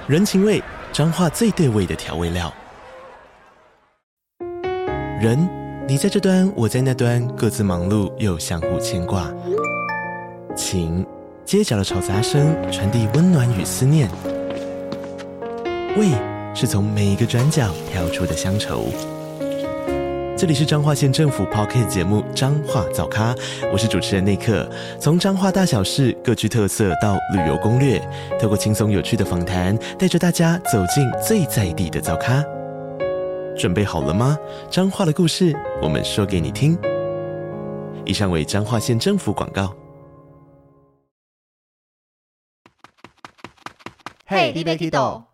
人情味，彰化最对味的调味料。人，你在这端，我在那端，各自忙碌又相互牵挂。情，街角的吵杂声传递温暖与思念。味，是从每一个转角跳出的乡愁。这里是彰化县政府 Podcast 节目《彰化早咖》，我是主持人内克。从彰化大小事各具特色到旅游攻略，透过轻松有趣的访谈，带着大家走进最在地的早咖。准备好了吗？彰化的故事，我们说给你听。以上为彰化县政府广告。 嘿，你要去倒？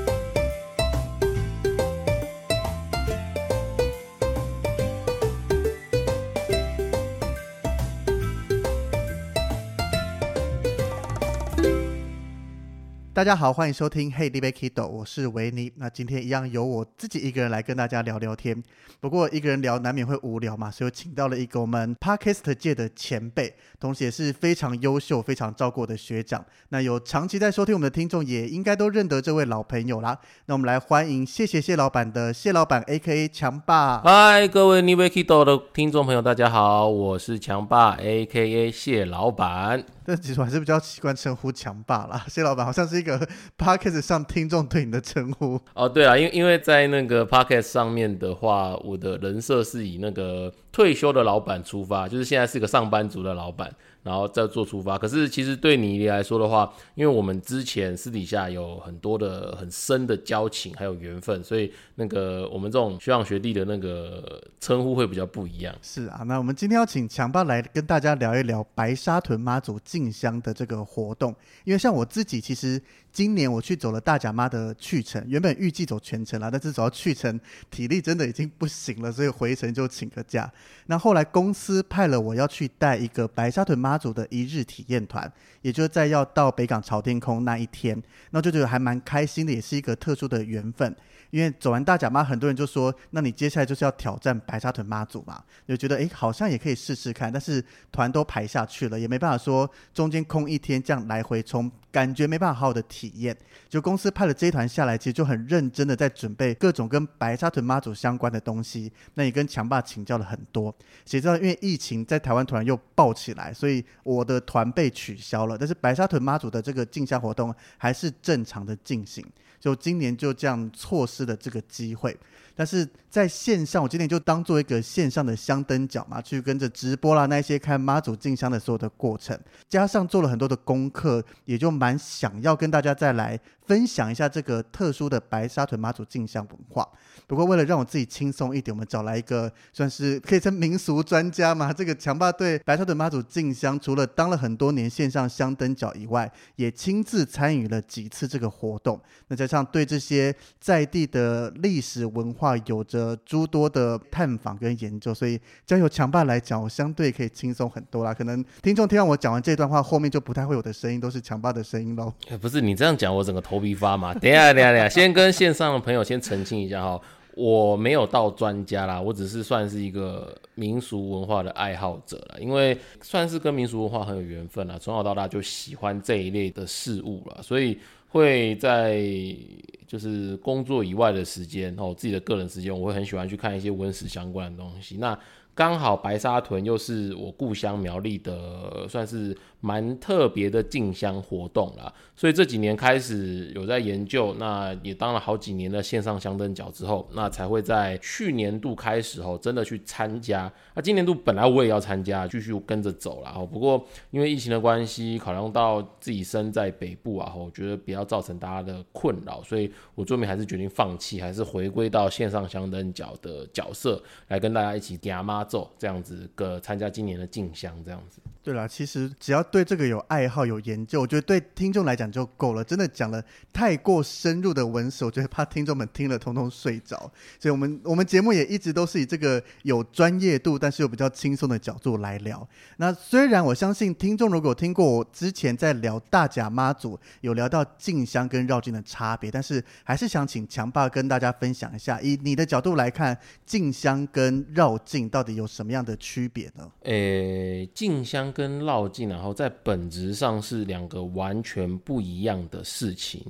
大家好，欢迎收听 Hey, 你要去倒？我是维尼。那今天一样由我自己一个人来跟大家聊聊天。不过一个人聊难免会无聊嘛，所以我请到了一个我们 Podcast 界的前辈，同时也是非常优秀、非常照顾我的学长。那有长期在收听我们的听众，也应该都认得这位老朋友啦。那我们来欢迎谢老板的谢老板 AKA 强爸。 嗨，各位你要去倒的听众朋友，大家好，我是强爸 AKA 谢老板。 但其实我还是比较习惯称呼强爸啦，谢老板好像是一个 Podcast 上听众对你的称呼。 哦，对啊，因为在那个 Podcast 上面的话，我的人设是以那个退休的老板出发，就是现在是个上班族的老板，然后再做出发。可是其实对你来说的话，因为我们之前私底下有很多的很深的交情还有缘分，所以那个我们这种学长学弟的那个称呼会比较不一样。 是啊，那我们今天要请强爸来跟大家聊一聊白沙屯妈祖进香的这个活动。因为像我自己，其实今年我去走了大甲妈的去程，原本预计走全程啦，但是走到去程体力真的已经不行了，所以回程就请个假。那后来公司派了我要去带一个白沙屯妈祖的一日体验团，也就是在要到北港朝天空那一天，那就觉得还蛮开心的，也是一个特殊的缘分。因为走完大甲妈，很多人就说，那你接下来就是要挑战白沙屯妈祖嘛，就觉得好像也可以试试看，但是团都排下去了，也没办法说中间空一天这样来回冲，感觉没办法好好的体验。就公司派了这一团下来，其实就很认真的在准备各种跟白沙屯妈祖相关的东西，那也跟强爸请教了很多。谁知道因为疫情在台湾突然又爆起来，所以我的团被取消了，但是白沙屯妈祖的这个进香活动还是正常的进行，就今年就这样错失了这个机会。但是在线上，我今年就当做一个线上的香灯脚嘛，去跟着直播啦，那些看妈祖进香的所有的过程，加上做了很多的功课，也就蛮想要跟大家再来分享一下这个特殊的白沙屯妈祖进香文化。不过为了让我自己轻松一点，我们找来一个算是可以称民俗专家嘛，这个强爸对白沙屯妈祖进香除了当了很多年线上香灯脚以外，也亲自参与了几次这个活动。那加上对这些在地的历史文化有着诸多的探访跟研究，所以交由强爸来讲，我相对可以轻松很多啦。可能听众听到我讲完这段话，后面就不太会有我的声音，都是强爸的声音咯。 不是你这样讲，我整个头皮发麻。等一下，先跟线上的朋友先澄清一下哈，我没有到专家啦，我只是算是一个民俗文化的爱好者啦，因为算是跟民俗文化很有缘分啦，从小到大就喜欢这一类的事物啦，所以会在就是工作以外的时间自己的个人时间，我会很喜欢去看一些文史相关的东西。那刚好白沙屯又是我故乡苗栗的算是蛮特别的进香活动啦，所以这几年开始有在研究，那也当了好几年的线上香灯脚之后，那才会在去年度开始真的去参加。那今年度本来我也要参加，继续跟着走啦，不过因为疫情的关系，考量到自己身在北部啊，我觉得不要造成大家的困扰，所以我最后面还是决定放弃，还是回归到线上香灯脚的角色，来跟大家一起行妈祖这样子参加今年的进香这样子。 对啦，其实只要对这个有爱好有研究，我觉得对听众来讲就够了。真的讲了太过深入的文史，我觉得怕听众们听了通通睡着，所以我们节目也一直都是以这个有专业度但是又比较轻松的角度来聊。那虽然我相信听众如果听过我之前在聊大甲妈祖有聊到进香跟绕境的差别，但是还是想请强爸跟大家分享一下，以你的角度来看，进香跟绕境到底有什么样的区别呢？ 进香跟绕境然后在本质上是两个完全不一样的事情。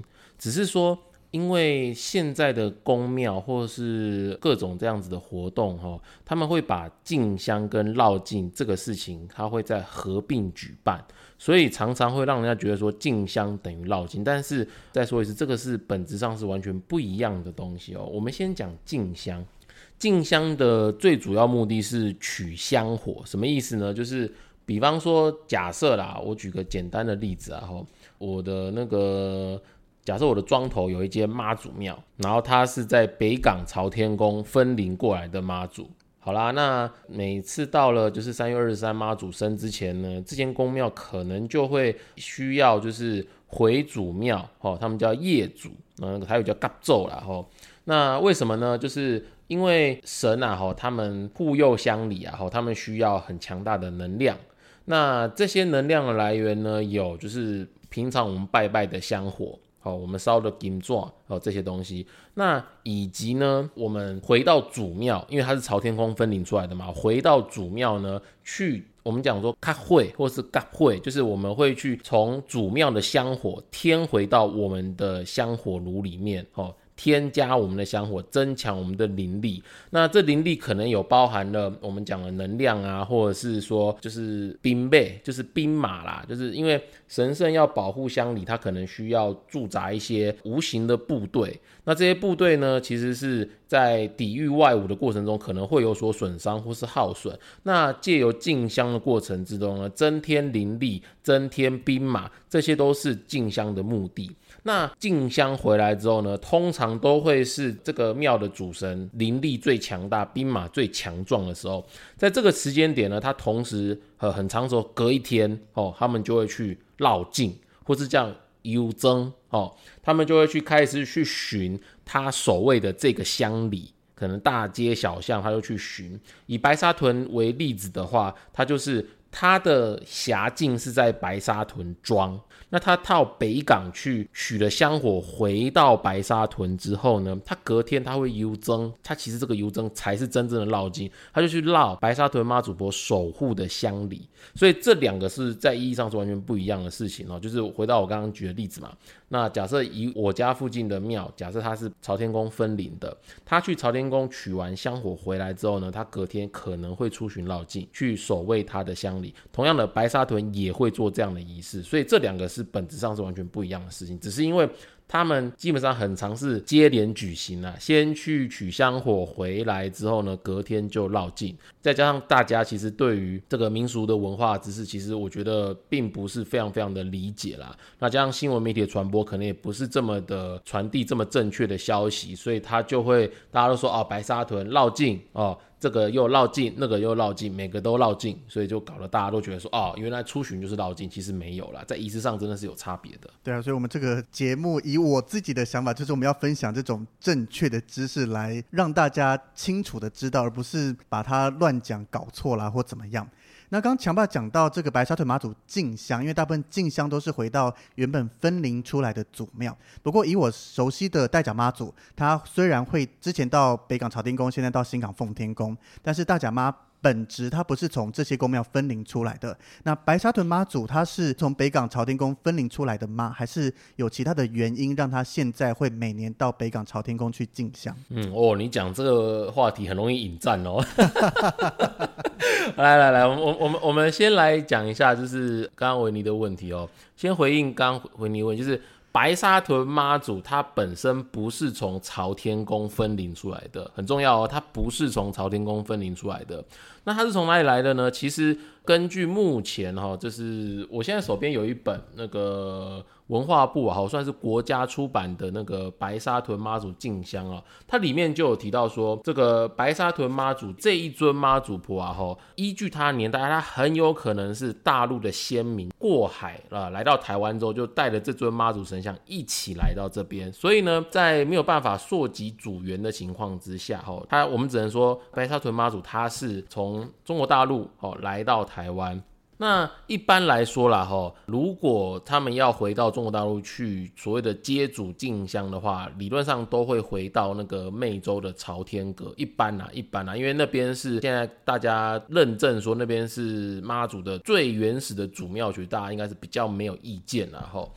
只是说因为现在的宫庙或是各种这样子的活动他们会把进香跟绕境这个事情它会在合并举办，所以常常会让人家觉得说进香等于绕境，但是再说一次，这个是本质上是完全不一样的东西我们先讲进香。进香的最主要目的是取香火，什么意思呢？就是比方说假设啦，我举个简单的例子我的假设我的庄头有一间妈祖庙，然后它是在北港朝天宫分灵过来的妈祖。好啦，那每次到了就是3月23妈祖生之前呢，这间宫庙可能就会需要就是回祖庙他们叫业主，还有叫甲咒啦那为什么呢？就是因为神他们护佑乡里他们需要很强大的能量。那这些能量的来源呢，有就是平常我们拜拜的香火我们烧的金纸这些东西，那以及呢我们回到祖庙，因为它是朝天宫分灵出来的嘛，回到祖庙呢去我们讲说卡会或是甲会，就是我们会去从祖庙的香火添回到我们的香火炉里面添加我们的香火，增强我们的灵力。那这灵力可能有包含了我们讲的能量或者是说就是兵备，就是兵马啦，就是因为神圣要保护乡里，它可能需要驻扎一些无形的部队。那这些部队呢，其实是在抵御外侮的过程中可能会有所损伤或是耗损。那借由进香的过程之中呢，增添灵力，增添兵马，这些都是进香的目的。那进香回来之后呢，通常都会是这个庙的主神灵力最强大，兵马最强壮的时候。在这个时间点呢，他同时很长时候隔一天他们就会去绕境，或是这样游征他们就会开始去巡他守卫的这个乡里，可能大街小巷他就去巡。以白沙屯为例子的话，他就是他的辖境是在白沙屯庄，那他到北港去取了香火，回到白沙屯之后呢，他隔天他会游征，他其实这个游征才是真正的绕境，他就去绕白沙屯妈祖婆守护的乡里。所以这两个是在意义上是完全不一样的事情就是回到我刚刚举的例子嘛，那假设以我家附近的庙，假设他是朝天宫分灵的，他去朝天宫取完香火回来之后呢，他隔天可能会出巡绕境去守卫他的乡里。同样的，白沙屯也会做这样的仪式，所以这两个是本质上是完全不一样的事情，只是因为他们基本上很常是接连举行先去取香火回来之后呢，隔天就绕境，再加上大家其实对于这个民俗的文化知识，其实我觉得并不是非常非常的理解啦。那加上新闻媒体的传播，可能也不是这么的传递这么正确的消息，所以他就会大家都说白沙屯绕境这个又绕境，那个又绕境，每个都绕境，所以就搞得大家都觉得说原来出巡就是绕境，其实没有啦，在仪式上真的是有差别的。 对所以我们这个节目以我自己的想法，就是我们要分享这种正确的知识来让大家清楚的知道，而不是把它乱讲搞错啦或怎么样。那刚刚强爸讲到这个白沙屯妈祖进香，因为大部分进香都是回到原本分灵出来的祖庙。不过以我熟悉的大甲妈祖，他虽然会之前到北港朝天宫，现在到新港奉天宫，但是大甲妈本质它不是从这些宫庙分灵出来的。那白沙屯妈祖它是从北港朝天宫分灵出来的吗？还是有其他的原因让他现在会每年到北港朝天宫去进香？ 你讲这个话题很容易引战来，我们先来讲一下，就是刚刚维尼的问题先回应刚刚维尼的问题，就是白沙屯妈祖它本身不是从朝天宫分灵出来的，很重要它不是从朝天宫分灵出来的。那它是从哪里来的呢？其实根据目前就是我现在手边有一本那个文化部算是国家出版的那个白沙屯妈祖进香它里面就有提到说，这个白沙屯妈祖这一尊妈祖婆依据它的年代，它很有可能是大陆的先民过海来到台湾之后，就带着这尊妈祖神像一起来到这边。所以呢，在没有办法溯及祖源的情况之下我们只能说白沙屯妈祖它是从中国大陆来到台湾。那一般来说啦如果他们要回到中国大陆去所谓的接祖进香的话，理论上都会回到那个湄洲的朝天阁。一般啦，因为那边是现在大家认证说那边是妈祖的最原始的祖庙区，大家应该是比较没有意见啦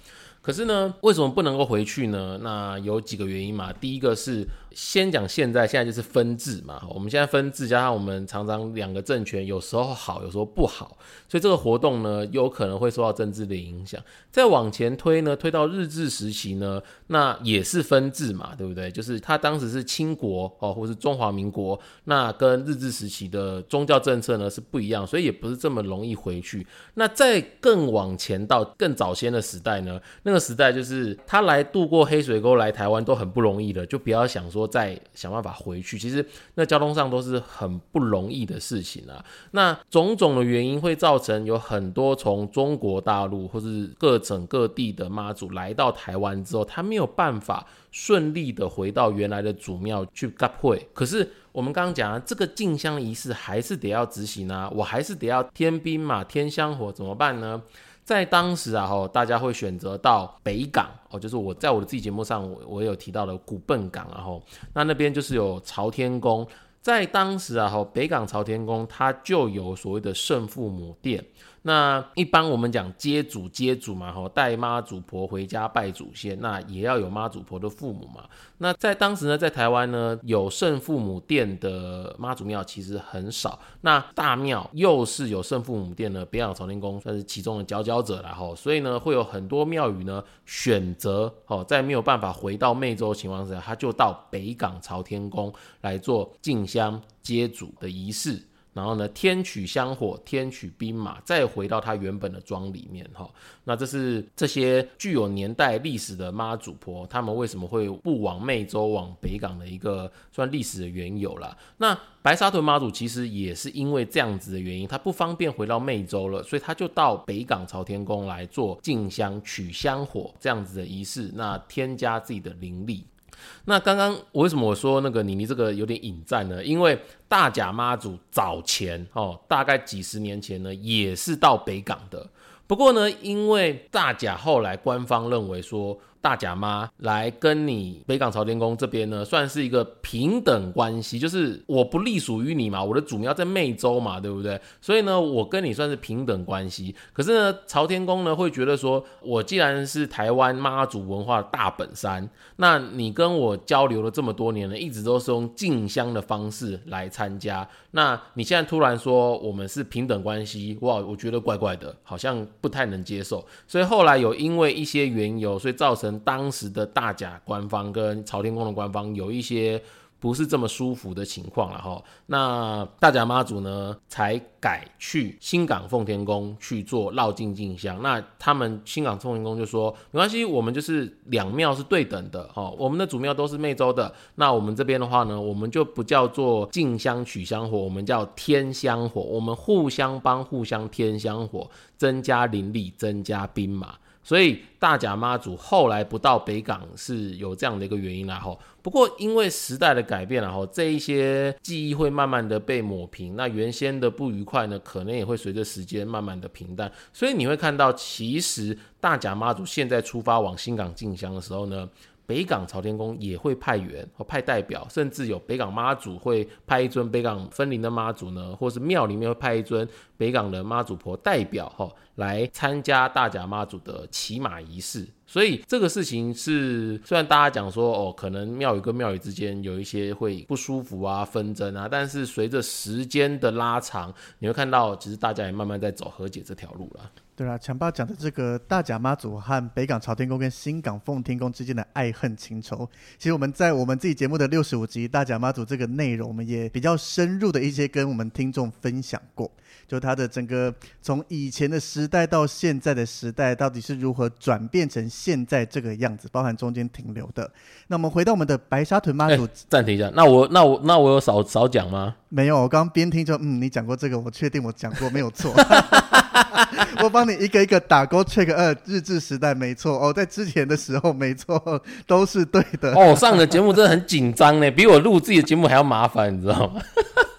可是呢，为什么不能够回去呢？那有几个原因嘛。第一个是先讲现在就是分治嘛，我们现在分治，加上我们常常两个政权有时候好，有时候不好，所以这个活动呢，有可能会受到政治的影响。再往前推呢，推到日治时期呢，那也是分治嘛，对不对？就是他当时是清国或是中华民国，那跟日治时期的宗教政策呢是不一样，所以也不是这么容易回去。那再更往前到更早先的时代呢，那个时代就是他来渡过黑水沟来台湾都很不容易了，就不要想说再想办法回去，其实那交通上都是很不容易的事情啊。那种种的原因会造成有很多从中国大陆或是各省各地的妈祖来到台湾之后，他没有办法顺利的回到原来的祖庙去甲会。可是我们刚刚讲这个进香仪式还是得要执行啊，我还是得要添兵嘛，添香火，怎么办呢？在当时啊，大家会选择到北港就是我在我的自己节目上我有提到的古笨港啊，那边就是有朝天宫。在当时啊，北港朝天宫它就有所谓的圣父母殿。那一般我们讲接祖嘛，带妈祖婆回家拜祖先，那也要有妈祖婆的父母嘛。那在当时呢，在台湾呢，有圣父母殿的妈祖庙其实很少。那大庙又是有圣父母殿的北港朝天宫算是其中的佼佼者啦，所以呢，会有很多庙宇呢选择在没有办法回到湄洲情况下，他就到北港朝天宫来做进香接祖的仪式。然后呢，添取香火，添取兵马，再回到他原本的庄里面。那这是这些具有年代历史的妈祖婆，他们为什么会不往湄洲往北港的一个算历史的缘由啦。那白沙屯妈祖其实也是因为这样子的原因，他不方便回到湄洲了，所以他就到北港朝天宫来做进香取香火这样子的仪式，那添加自己的灵力。那刚刚为什么我说那个妮这个有点引战呢？因为大甲妈祖早前大概几十年前呢，也是到北港的。不过呢，因为大甲后来官方认为说，大甲妈来跟你北港朝天宫这边呢，算是一个平等关系，就是我不隶属于你嘛，我的祖庙在湄洲嘛，对不对？所以呢，我跟你算是平等关系。可是呢，朝天宫呢会觉得说，我既然是台湾妈祖文化的大本山，那你跟我交流了这么多年了，一直都是用进香的方式来参加，那你现在突然说我们是平等关系，哇，我觉得怪怪的，好像不太能接受。所以后来有因为一些缘由，所以造成当时的大甲官方跟朝天宫的官方有一些不是这么舒服的情况啦。那大甲妈祖呢才改去新港奉天宫去做绕境进香。那他们新港奉天宫就说没关系，我们就是两庙是对等的，我们的主庙都是湄洲的，那我们这边的话呢，我们就不叫做进香取香火，我们叫添香火，我们互相帮互相添香火，增加灵力，增加兵马。所以大甲妈祖后来不到北港是有这样的一个原因啦。不过因为时代的改变啦，这一些记忆会慢慢的被抹平，那原先的不愉快呢，可能也会随着时间慢慢的平淡。所以你会看到，其实大甲妈祖现在出发往新港进香的时候呢，北港朝天宫也会派员派代表，甚至有北港妈祖会派一尊北港分灵的妈祖呢，或是庙里面会派一尊北港的妈祖婆代表来参加大甲妈祖的骑马仪式。所以这个事情是虽然大家讲说可能庙宇跟庙宇之间有一些会不舒服啊纷争啊，但是随着时间的拉长，你会看到其实大家也慢慢在走和解这条路了。 对啊，强爸讲的这个大甲妈祖和北港朝天宫跟新港奉天宫之间的爱恨情仇，其实我们在我们自己节目的65集大甲妈祖这个内容，我们也比较深入的一些跟我们听众分享过，就它的整个从以前的时代到现在的时代，到底是如何转变成现在这个样子，包含中间停留的。那我们回到我们的白沙屯妈祖， 暂停一下，那我有少讲吗？ 没有，我刚刚边听就你讲过这个，我确定我讲过没有错。我帮你一个一个打勾 check， 日治时代没错在之前的时候没错，都是对的。 上个节目真的很紧张呢，比我录自己的节目还要麻烦，你知道吗？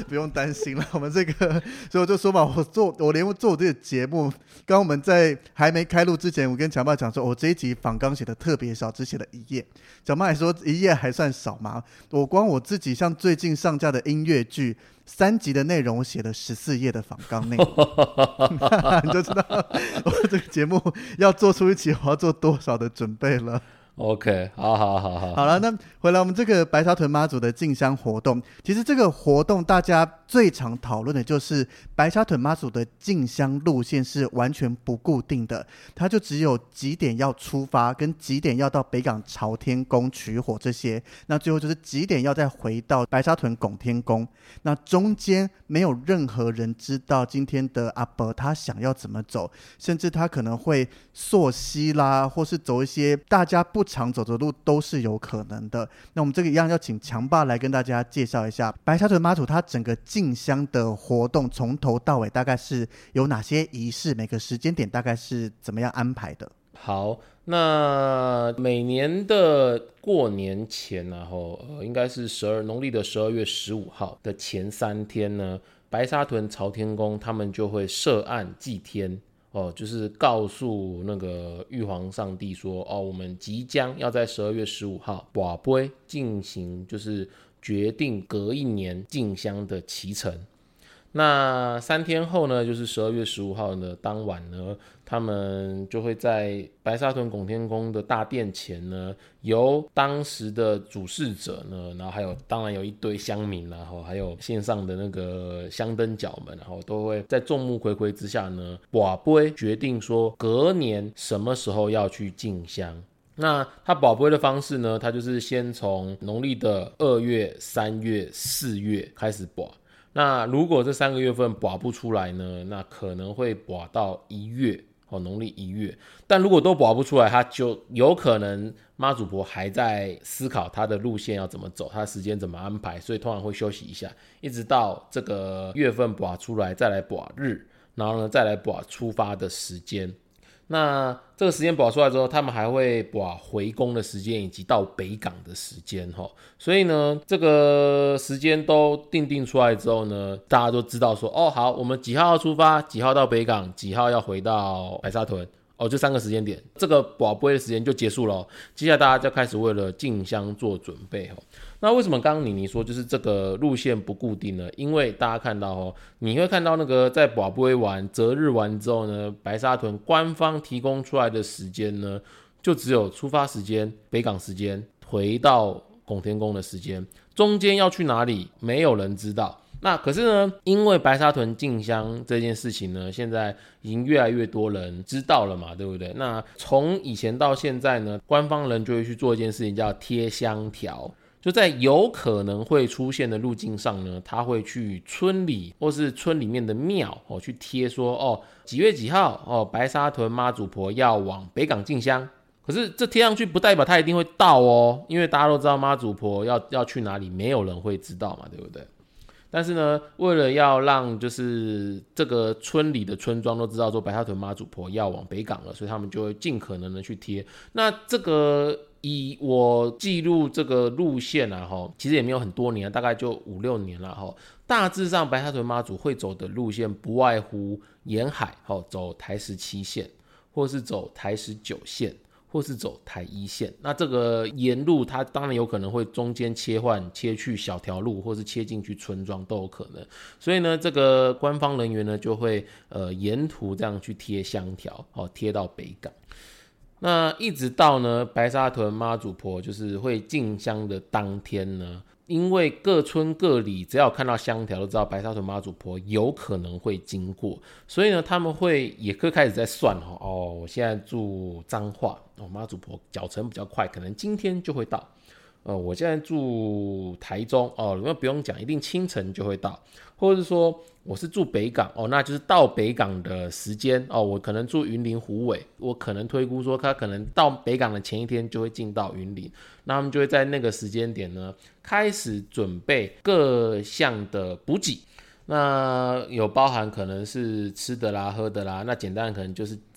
不用担心了，我们这个，所以我就说嘛，我连做我这个节目，刚刚我们在还没开录之前，我跟强爸讲说，我这一集访纲写的特别少，只写了1页。强爸还说1页还算少吗？我光我自己像最近上架的音乐剧3集的内容，我写了14页的访纲内容，你就知道我这个节目要做出一期，我要做多少的准备了。 OK， 好了，那回来我们这个白沙屯妈祖的进香活动，其实这个活动大家最常讨论的就是白沙屯妈祖的进香路线是完全不固定的，它就只有几点要出发，跟几点要到北港朝天宫取火这些，那最后就是几点要再回到白沙屯拱天宫，那中间没有任何人知道今天的阿伯他想要怎么走，甚至他可能会溯溪啦，或是走一些大家不常走的路都是有可能的。那我们这个一样要请强爸来跟大家介绍一下白沙屯妈祖他整个进香的活动从头到尾大概是有哪些仪式，每个时间点大概是怎么样安排的。 好，那每年的过年前然后应该是农历的12月15号的前3天呢，白沙屯朝天宫他们就会设案祭天就是告诉那个玉皇上帝说我们即将要在12月15号跋杯进行，就是决定隔一年进香的期程。那3天后呢，就是12月15号的当晚呢，他们就会在白沙屯拱天宫的大殿前呢，由当时的主事者呢，然后当然有一堆乡民，然后还有线上的那个香灯角们，然后都会在众目睽睽之下呢，跋杯决定说隔年什么时候要去进香。那他跋杯的方式呢，他就是先从农历的2月、3月、4月开始跋。那如果这3个月份跋不出来呢，那可能会跋到1月农历1月。但如果都跋不出来，他就有可能妈祖婆还在思考他的路线要怎么走，他的时间怎么安排，所以通常会休息一下，一直到这个月份跋出来再来跋日，然后呢再来跋出发的时间。那这个时间跋出来之后，他们还会跋回宫的时间以及到北港的时间所以呢这个时间都定出来之后呢，大家都知道说好，我们几号要出发，几号到北港，几号要回到白沙屯就3个时间点，这个跋杯的时间就结束了接下来大家就开始为了进香做准备那为什么刚刚妮说就是这个路线不固定呢？因为大家看到你会看到那个在跋杯完择日完之后呢，白沙屯官方提供出来的时间呢，就只有出发时间、北港时间、回到拱天宫的时间，中间要去哪里没有人知道。那可是呢，因为白沙屯进香这件事情呢，现在已经越来越多人知道了嘛，对不对？那从以前到现在呢，官方人就会去做一件事情叫贴香条，就在有可能会出现的路径上呢，他会去村里或是村里面的庙去贴说几月几号白沙屯妈祖婆要往北港进香。可是这贴上去不代表他一定会到因为大家都知道妈祖婆要去哪里，没有人会知道嘛，对不对？但是呢，为了要让就是这个村里的村庄都知道说白沙屯妈祖婆要往北港了，所以他们就会尽可能的去贴。那这个以我记录这个路线其实也没有很多年，大概就5-6年了大致上白沙屯妈祖会走的路线不外乎沿海走台17线，或是走台19线，或是走台1线。那这个沿路它当然有可能会中间切去小条路，或是切进去村庄都有可能。所以呢，这个官方人员呢就会沿途这样去贴香条贴到北港。那一直到呢白沙屯妈祖婆就是会进香的当天呢，因为各村各里只要看到香条都知道白沙屯妈祖婆有可能会经过，所以呢他们也会开始在算我现在住彰化妈祖婆脚程比较快，可能今天就会到。我现在住台中你们不用讲，一定清晨就会到。或者是说我是住北港那就是到北港的时间我可能住云林虎尾，我可能推估说他可能到北港的前一天就会进到云林，那他们就会在那个时间点呢开始准备各项的补给。那有包含可能是吃的啦喝的啦，那简单的可能就是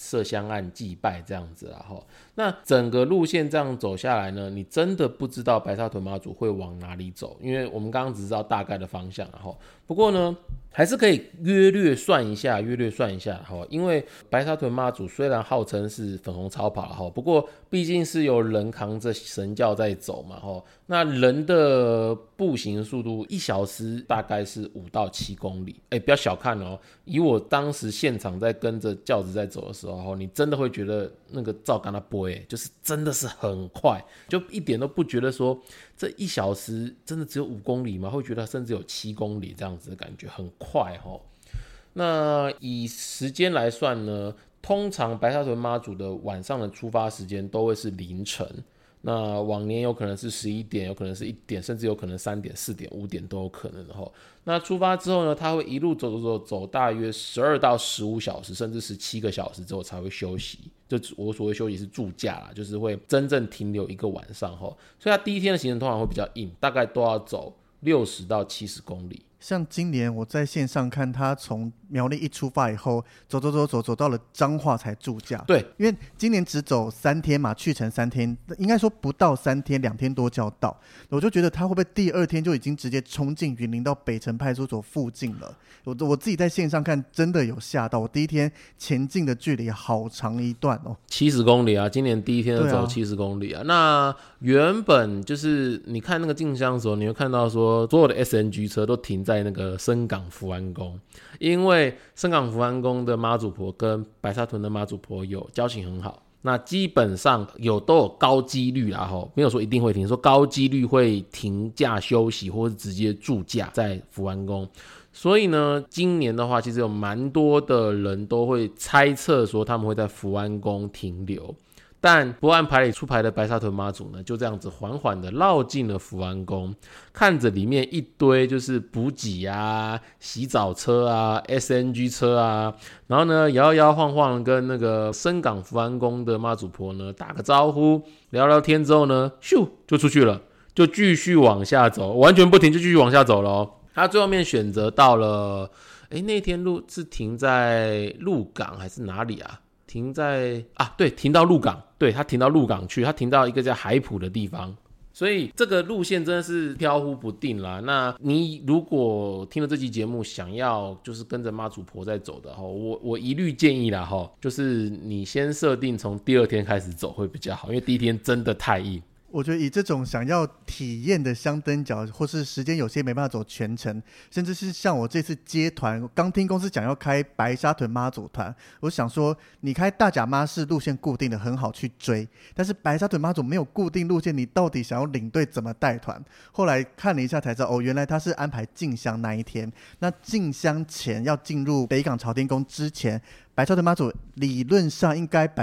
设香案祭拜这样子啦。那整个路线这样走下来呢，你真的不知道白沙屯妈祖会往哪里走，因为我们刚刚只知道大概的方向啦。不过呢还是可以约略算一下，因为白沙屯妈祖虽然号称是粉红超跑，不过毕竟是由人扛着神轿在走嘛，那人的步行速度1小时大概是5到7公里，不要小看哦，以我当时现场在跟着轿子在走的时候，你真的会觉得那个照干它不会，就是真的是很快，就一点都不觉得说这1小时真的只有5公里吗？会觉得甚至有7公里这样子的感觉，很快哦。那以时间来算呢，通常白沙屯妈祖的晚上的出发时间都会是凌晨，那往年有可能是11点，有可能是1点，甚至有可能3点、4点、5点都有可能的。那出发之后呢，他会一路走大约12到15小时，甚至17个小时之后才会休息。就我所谓休息是住假啦，就是会真正停留1个晚上。所以他第一天的行程通常会比较硬，大概都要走60到70公里。 像今年我在线上看他从苗栗一出发以后走到了彰化才驻驾。 对， 因为今年只走3天嘛，去程3天，应该说不到3天，2天多就要到。我就觉得他会不会第2天就已经直接冲进云林到北城派出所附近了？我自己在线上看真的有吓到，我第一天前进的距离好长一段哦 ，70公里啊，今年第一天就走70公里啊。那原本就是你看那个进香的时候，你会看到说所有的 SNG 车都停在那个深港福安宫，因为深港福安宫的妈祖婆跟白沙屯的妈祖婆有交情很好，那基本上都有高几率啦，没有说一定会停，说高几率会停驾休息或是直接驻驾在福安宫。所以呢，今年的话其实有蛮多的人都会猜测说他们会在福安宫停留，但不按牌理出牌的白沙屯妈祖呢，就这样子缓缓的绕进了福安宫，看着里面一堆就是补给啊、洗澡车啊、SNG 车啊，然后呢摇摇晃晃跟那个深港福安宫的妈祖婆呢打个招呼，聊聊天之后呢，咻就出去了，就继续往下走，完全不停就继续往下走了哦。他最后面选择到了，那天路是停在鹿港还是哪里啊？停到鹿港，对，他停到鹿港去，他停到一个叫海埔的地方，所以这个路线真的是飘忽不定啦。那你如果听了这期节目，想要就是跟着妈祖婆在走的我一律建议啦就是你先设定从第2天开始走会比较好，因为第1天真的太硬。 我觉得以这种想要体验的香灯脚，或是时间有些没办法走全程，甚至是像我这次接团，刚听公司讲要开白沙屯妈祖团，我想说你开大甲妈是路线固定的，很好去追，但是白沙屯妈祖没有固定路线，你到底想要领队怎么带团？后来看了一下才知道，原来他是安排进香那一天，那进香前要进入北港朝天宫之前，白沙屯妈祖理论上应该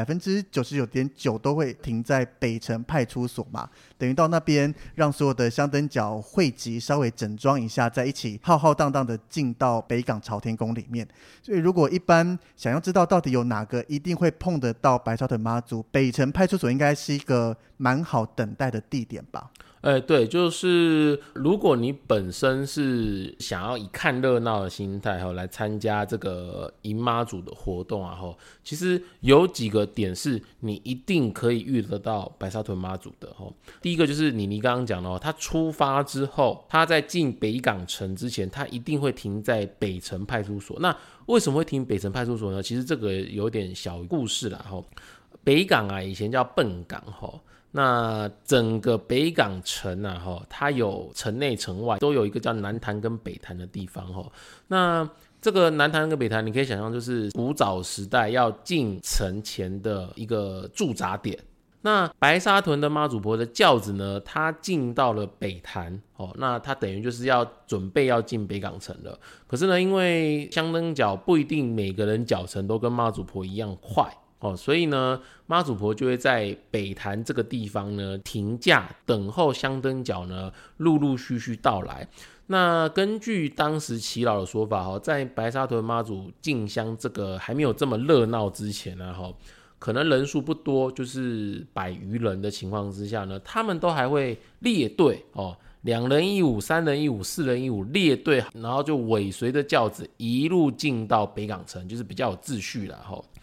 99.9% 都会停在北城派出所嘛，等于到那边让所有的香灯脚汇集，稍微整装一下，再一起浩浩荡荡的进到北港朝天宫里面。所以如果一般想要知道到底有哪个一定会碰得到白沙屯妈祖，北城派出所应该是一个蛮好等待的地点吧。 对，就是如果你本身是想要以看热闹的心态来参加这个迎妈祖的活动其实有几个点是你一定可以遇得到白沙屯妈祖的第一个就是你刚刚讲的他出发之后，他在进北港城之前，他一定会停在北城派出所。那为什么会停北城派出所呢？其实这个有点小故事啦北港啊，以前叫笨港那整个北港城它有城内城外都有一个叫南坛跟北坛的地方那这个南坛跟北坛你可以想象就是古早时代要进城前的一个驻扎点。那白沙屯的妈祖婆的轿子呢，它进到了北坛那它等于就是要准备要进北港城了。可是呢，因为香灯脚不一定每个人脚程都跟妈祖婆一样快所以呢，妈祖婆就会在北坛这个地方呢停驾，等候香灯脚呢陆陆续续到来。那根据当时耆老的说法在白沙屯妈祖进香这个还没有这么热闹之前可能人数不多，就是100余人的情况之下呢，他们都还会列队2人1舞、3人1舞、4人1舞列队，然后就尾随着轿子一路进到北港城，就是比较有秩序啦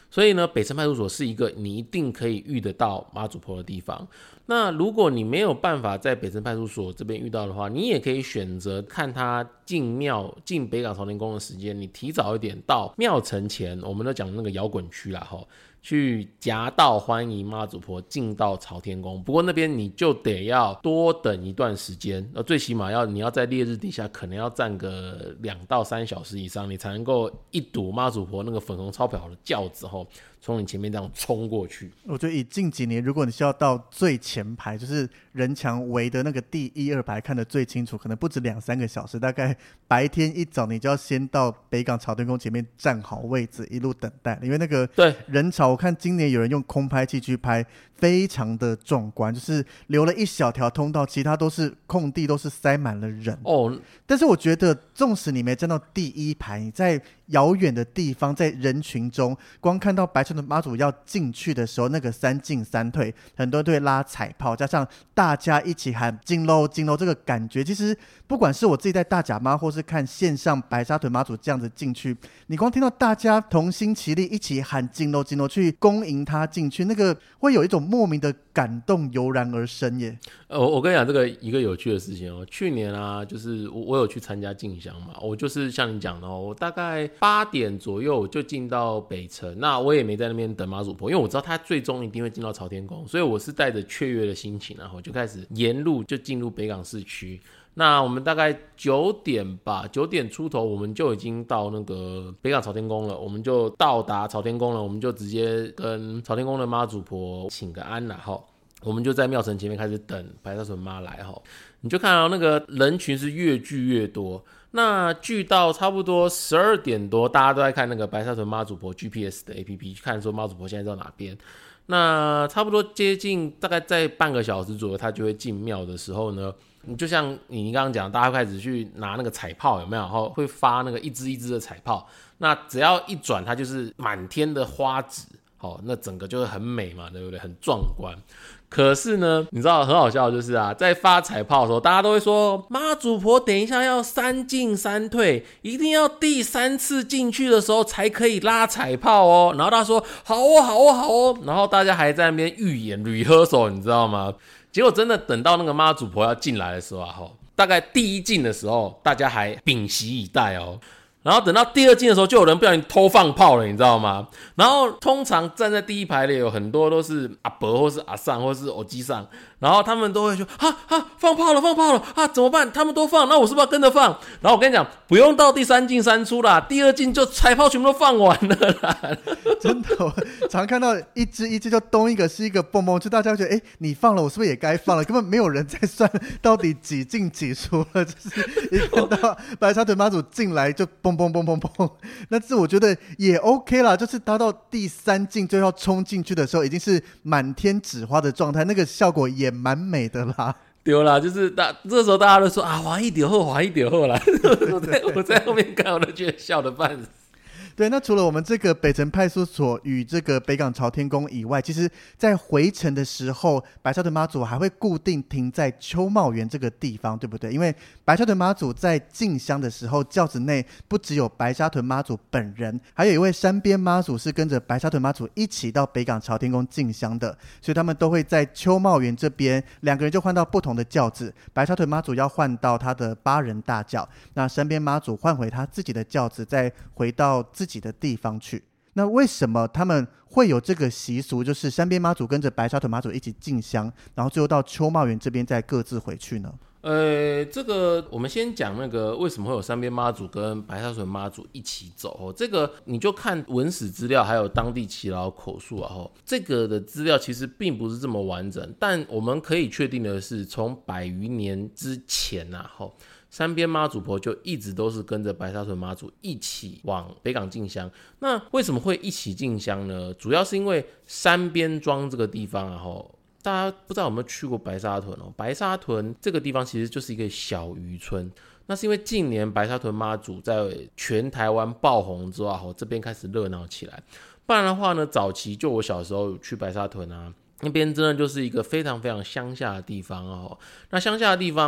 所以呢，北城派出所是一个你一定可以遇得到妈祖婆的地方。那如果你没有办法在北城派出所这边遇到的话，你也可以选择看他进北港朝天宫的时间，你提早一点到庙城前，我们都讲那个摇滚区啦去夹道欢迎妈祖婆进到朝天宫。不过那边你就得要多等一段时间，最起码你要在烈日底下可能要站个2到3小时以上，你才能够一睹妈祖婆那个粉红超跑的轿子从你前面这样冲过去。 我觉得以近几年，如果你是要到最前排，就是人墙围的那个第1、2排看得最清楚，可能不止2-3个小时，大概白天一早你就要先到北港朝天宫前面站好位置，一路等待，因为那个人潮，我看今年有人用空拍器去拍，非常的壮观，就是留了一小条通道，其他都是空地，都是塞满了人但是我觉得纵使你没站到第1排，你在遥远的地方，在人群中光看到白沙屯妈祖要进去的时候，那个3进3退，很多人都会拉彩炮，加上大家一起喊进喽进喽，这个感觉其实不管是我自己在大甲妈或是看线上白沙屯妈祖这样子进去，你光听到大家同心齐力一起喊进喽进喽去恭迎他进去，那个会有一种莫名的感动油然而生耶。 我跟你讲这个一个有趣的事情去年啊，就是我有去参加进香嘛，我就是像你讲的我大概8点左右就进到北城，那我也没在那边等妈祖婆，因为我知道他最终一定会进到朝天宫，所以我是带着雀跃的心情然后就开始沿路就进入北港市区。那我们大概9点出头，我们就已经到那个北港朝天宫了，我们就到达朝天宫了，我们就直接跟朝天宫的妈祖婆请个安啦我们就在庙城前面开始等白沙屯妈来你就看到那个人群是越聚越多，那聚到差不多12点多，大家都在看那个白沙屯妈祖婆 GPS 的 APP 去看说妈祖婆现在到哪边。那差不多接近大概在半个小时左右他就会进庙的时候呢，你就像你刚刚讲，大家开始去拿那个彩炮有没有会发那个一支一支的彩炮，那只要一转它就是满天的花纸那整个就会很美嘛，对不对？很壮观。可是呢，你知道很好笑的就是在发彩炮的时候，大家都会说妈祖婆等一下要3进3退，一定要第3次进去的时候才可以拉彩炮然后他说好哦，然后大家还在那边预演rehearsal，你知道吗？结果真的等到那个妈祖婆要进来的时候大概第1进的时候，大家还屏息以待然后等到第2进的时候，就有人不小心偷放炮了，你知道吗？然后通常站在第1排的有很多都是阿伯或是阿桑或是欧基桑，然后他们都会说放炮了怎么办？他们都放，那我是不是要跟着放？然后我跟你讲，不用到第3进3出啦，第2进就彩炮全部都放完了啦。 真的，我常看到一支一支就东一个是一个蹦蹦，就大家觉得你放了，我是不是也该放了？根本没有人在算到底几进几出了，就是一看到白沙屯妈祖进来就蹦蹦蹦蹦蹦，那这我觉得也 OK 啦，就是达到第3进最后冲进去的时候，已经是满天纸花的状态，那个效果也蛮美的啦。 对啦，就是这时候大家都说滑一点后啦我在后面看我都觉得笑得半死。 对，那除了我们这个北城派出所与这个北港朝天宫以外，其实在回程的时候，白沙屯妈祖还会固定停在秋茂园这个地方，对不对？因为白沙屯妈祖在进香的时候，轿子内不只有白沙屯妈祖本人，还有一位山边妈祖是跟着白沙屯妈祖一起到北港朝天宫进香的，所以他们都会在秋茂园这边2个人就换到不同的轿子，白沙屯妈祖要换到他的8人大轿，那山边妈祖换回他自己的轿子，再回到自己的地方去。那为什么他们会有这个习俗，就是山边妈祖跟着白沙屯妈祖一起进香，然后最后到秋茂园这边再各自回去呢？ 这个我们先讲那个为什么会有山边妈祖跟白沙屯妈祖一起走这个你就看文史资料还有当地耆老口述这个的资料其实并不是这么完整，但我们可以确定的是，从100余年之前山边妈祖婆就一直都是跟着白沙屯妈祖一起往北港进香。那为什么会一起进香呢？主要是因为山边庄这个地方大家不知道有没有去过白沙屯白沙屯这个地方其实就是一个小渔村，那是因为近年白沙屯妈祖在全台湾爆红之后这边开始热闹起来。不然的话呢，早期就我小时候有去白沙屯那边真的就是一个非常非常乡下的地方那乡下的地方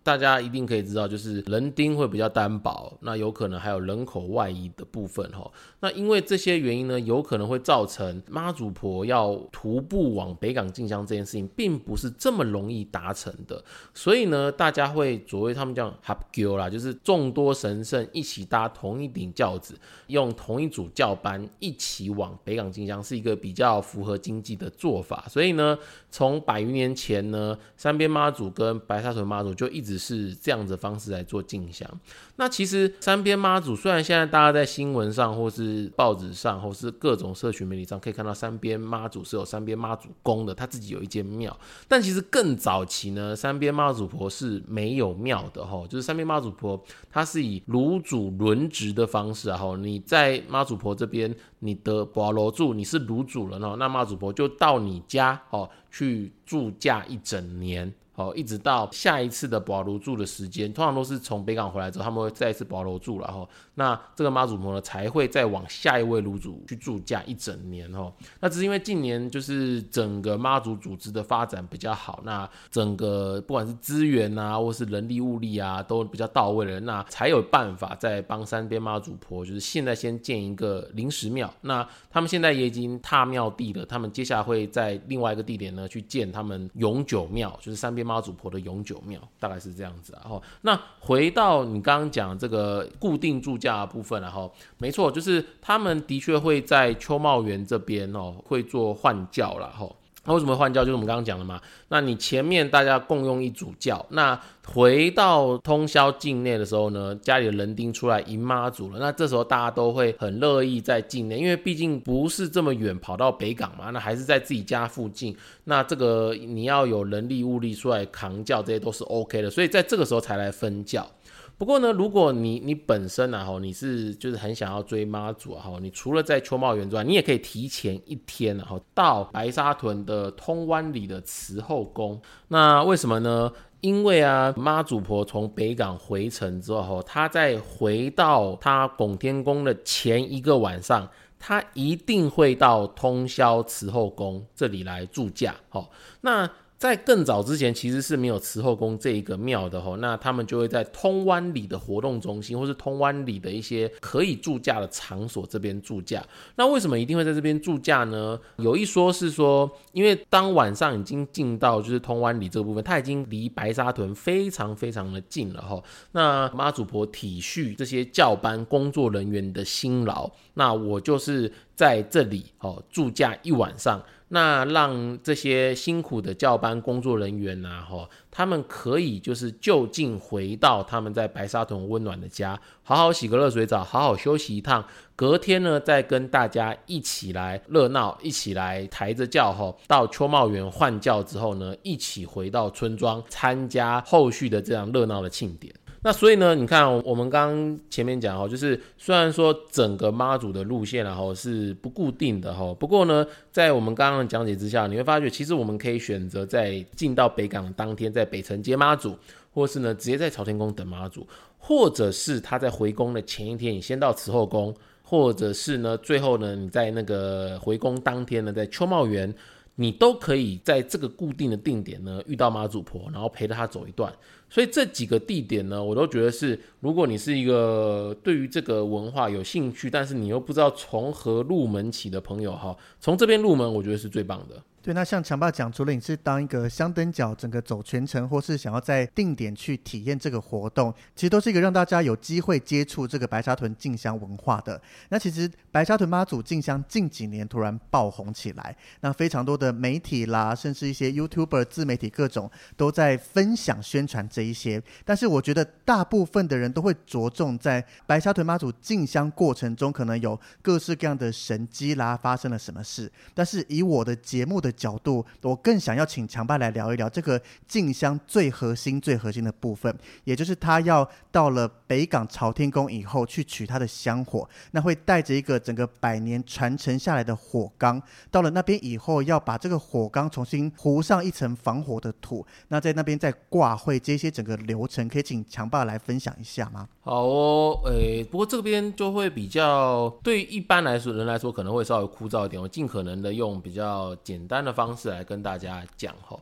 大家一定可以知道，就是人丁会比较单薄，那有可能还有人口外移的部分那因为这些原因呢，有可能会造成妈祖婆要徒步往北港进香这件事情并不是这么容易达成的，所以呢大家会所谓他们叫合轿啦，就是众多神圣一起搭同一顶轿子，用同一组轿班一起往北港进香，是一个比较符合经济的做法。所以呢从100余年前呢，三边妈祖跟白沙屯妈祖就一直是这样子的方式来做进香。那其实三边妈祖虽然现在大家在新闻上或是报纸上或是各种社群媒体上可以看到三边妈祖是有三边妈祖宫的，他自己有一间庙，但其实更早期呢，三边妈祖婆是没有庙的就是三边妈祖婆它是以炉主轮值的方式你在妈祖婆这边你的跋楼住，你是炉主了那妈祖婆就到你家去住驾1整年一直到下一次的跋楼住的时间，通常都是从北港回来之后他们会再一次跋楼住了那这个妈祖婆呢才会再往下一位炉主去住驾1整年那只是因为近年就是整个妈祖组织的发展比较好，那整个不管是资源啊或是人力物力啊都比较到位了，那才有办法再帮三边妈祖婆就是现在先建一个临时庙，那他们现在也已经踏庙地了，他们接下来会在另外一个地点呢去建他们永久庙，就是三边妈祖婆的永久庙，大概是这样子那回到你刚刚讲这个固定住驾的部分没错，就是他们的确会在秋茂园这边会做换轿啦那为什么会换轿？就是我们刚刚讲的嘛，那你前面大家共用一组轿，那回到通霄境内的时候呢，家里的人丁出来迎妈祖了，那这时候大家都会很乐意在境内，因为毕竟不是这么远跑到北港嘛，那还是在自己家附近，那这个你要有人力物力出来扛轿，这些都是 OK 的，所以在这个时候才来分轿。不过呢，如果你本身你是就是很想要追妈祖你除了在秋茂园之外，你也可以提前1天到白沙屯的通湾里的慈后宫。那为什么呢？因为妈祖婆从北港回程之后她再回到她拱天宫的前一个晚上，她一定会到通霄慈后宫这里来住驾那在更早之前其实是没有慈后宫这一个庙的那他们就会在通湾里的活动中心或是通湾里的一些可以住驾的场所这边住驾。那为什么一定会在这边住驾呢？有一说是说，因为当晚上已经进到就是通湾里这个部分，它已经离白沙屯非常非常的近了那妈祖婆体恤这些教班工作人员的辛劳，那我就是在这里住驾1晚上，那让这些辛苦的教班工作人员他们可以就是就近回到他们在白沙屯温暖的家，好好洗个热水澡，好好休息一趟，隔天呢再跟大家一起来热闹，一起来抬着轿到秋茂园换轿之后呢，一起回到村庄参加后续的这样热闹的庆典。那所以呢，你看我们刚刚前面讲就是虽然说整个妈祖的路线是不固定的不过呢，在我们刚刚的讲解之下，你会发觉其实我们可以选择在进到北港当天在北城接妈祖，或是呢直接在朝天宫等妈祖，或者是他在回宫的前一天你先到慈后宫，或者是呢最后呢你在那个回宫当天呢在秋茂园，你都可以在这个固定的定点呢遇到妈祖婆，然后陪着她走一段。所以这几个地点呢，我都觉得是，如果你是一个对于这个文化有兴趣，但是你又不知道从何入门起的朋友从这边入门我觉得是最棒的。 对，那像强爸讲，除了你是当一个香灯脚整个走全程，或是想要在定点去体验这个活动，其实都是一个让大家有机会接触这个白沙屯进香文化的。那其实白沙屯妈祖进香近几年突然爆红起来，那非常多的媒体啦，甚至一些 YouTuber 自媒体各种都在分享宣传这一些，但是我觉得大部分的人都会着重在白沙屯妈祖进香过程中可能有各式各样的神迹啦，发生了什么事。但是以我的节目的角度，我更想要请强爸来聊一聊这个进香最核心的部分，也就是他要到了北港朝天宫以后去取他的香火，那会带着一个整个100年传承下来的火缸，到了那边以后要把这个火缸重新糊上一层防火的土，那在那边再挂会，这些整个流程可以请强爸来分享一下吗？ 好不过这边就会比较对于一般人来说可能会稍微枯燥一点，我尽可能的用比较简单的方式来跟大家讲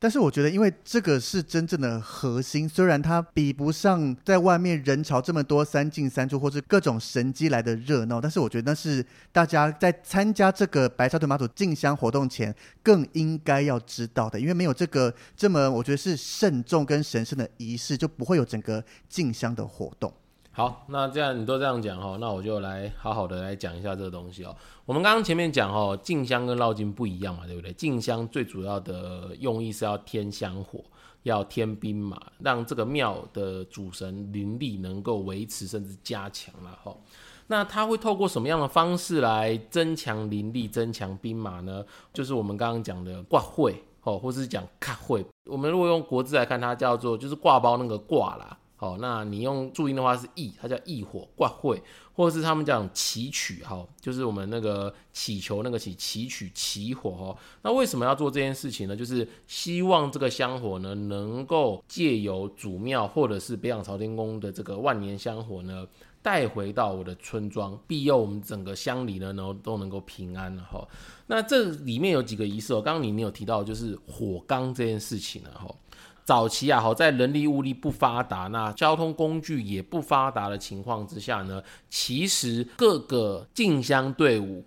但是我觉得因为这个是真正的核心，虽然它比不上在外面人潮这么多三进三出或是各种神机来的热闹，但是我觉得那是大家在参加这个白沙屯妈祖进香活动前更应该要知道的，因为没有这个这么我觉得是慎重跟神圣的仪式，就不会有整个进香的活动。 好，那这样你都这样讲那我就来好好的来讲一下这个东西我们刚刚前面讲进香跟绕境不一样嘛，对不对？进香最主要的用意是要添香火，要添兵马，让这个庙的主神灵力能够维持甚至加强啦那它会透过什么样的方式来增强灵力、增强兵马呢？就是我们刚刚讲的挂会或是讲卡会。我们如果用国字来看，它叫做就是挂包那个挂啦。那你用注音的话是义，它叫义火挂会，或者是他们讲祈曲就是我们那个祈求那个祈曲祈火那为什么要做这件事情呢？就是希望这个香火呢能够借由主庙或者是北港朝天宫的这个万年香火呢带回到我的村庄，庇佑我们整个乡里呢都能够平安了那这里面有几个仪式刚刚你有提到就是火缸这件事情早期在人力物力不发达，那交通工具也不发达的情况之下呢，其实各个进香队伍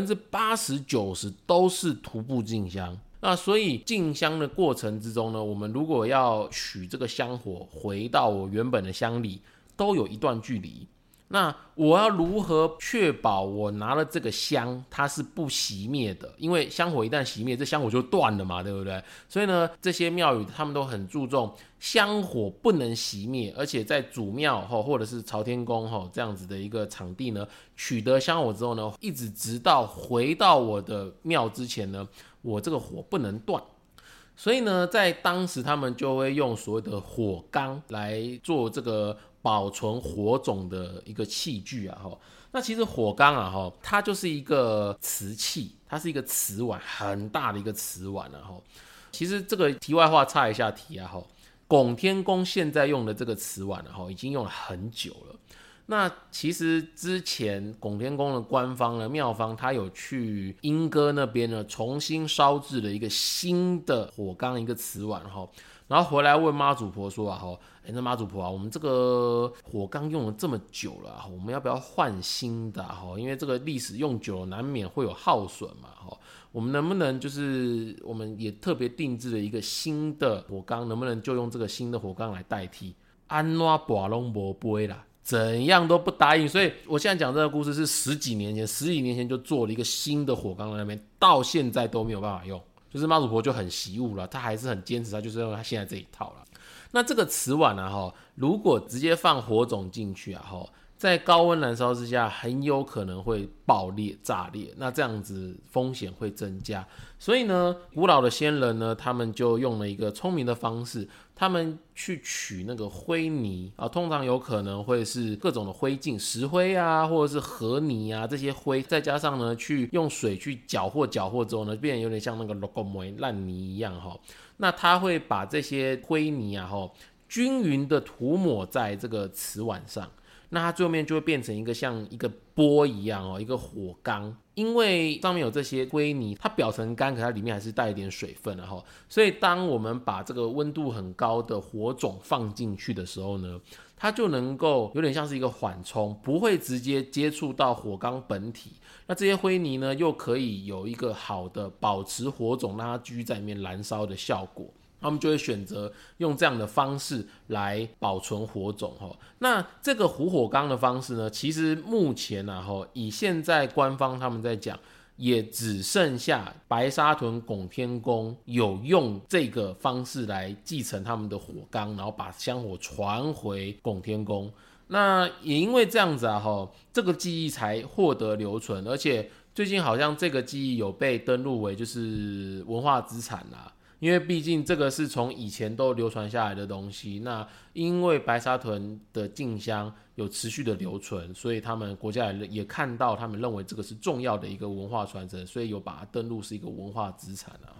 80%-90%都是徒步进香。那所以进香的过程之中呢，我们如果要取这个香火回到我原本的乡里，都有一段距离。那我要如何确保我拿了这个香它是不熄灭的？因为香火一旦熄灭，这香火就断了嘛，对不对？所以呢，这些庙宇他们都很注重香火不能熄灭，而且在主庙或者是朝天宫这样子的一个场地呢，取得香火之后呢，一直到回到我的庙之前呢，我这个火不能断。所以呢，在当时他们就会用所谓的火缸来做这个保存火种的一个器具那其实火缸它就是一个瓷器，它是一个瓷碗，很大的一个瓷碗其实这个题外话插一下题拱天宫现在用的这个瓷碗已经用了很久了。那其实之前拱天宫的官方呢，庙方他有去莺歌那边呢重新烧制了一个新的火缸，一个瓷碗然后回来问妈祖婆说那妈祖婆我们这个火缸用了这么久了我们要不要换新的因为这个历史用久了难免会有耗损嘛我们能不能就是我们也特别定制了一个新的火缸，能不能就用这个新的火缸来代替？安怎跋拢无杯啦，怎样都不答应。所以我现在讲这个故事是十几年前就做了一个新的火缸在那边，到现在都没有办法用。就是妈祖婆就很习武了，她还是很坚持，她就是用她现在这一套了。那这个瓷碗如果直接放火种进去在高温燃烧之下很有可能会爆裂炸裂，那这样子风险会增加。所以呢，古老的先人呢，他们就用了一个聪明的方式，他们去取那个灰泥通常有可能会是各种的灰烬，石灰或者是河泥这些灰，再加上呢去用水去搅和之后呢，变得有点像那个烂泥一样那他会把这些灰泥均匀的涂抹在这个瓷碗上，那它最后面就会变成一个像一个钵一样一个火缸。因为上面有这些灰泥，它表层干，可它里面还是带一点水分所以当我们把这个温度很高的火种放进去的时候呢，它就能够有点像是一个缓冲，不会直接接触到火缸本体。那这些灰泥呢，又可以有一个好的保持火种，让它继续在里面燃烧的效果。他们就会选择用这样的方式来保存火种那这个虎火缸的方式呢，其实目前以现在官方他们在讲，也只剩下白沙屯拱天宫有用这个方式来继承他们的火缸，然后把香火传回拱天宫。那也因为这样子这个技艺才获得留存，而且最近好像这个技艺有被登录为就是文化资产啦。因为毕竟这个是从以前都流传下来的东西，那因为白沙屯的进香有持续的留存，所以他们国家也看到，他们认为这个是重要的一个文化传承，所以有把它登录是一个文化资产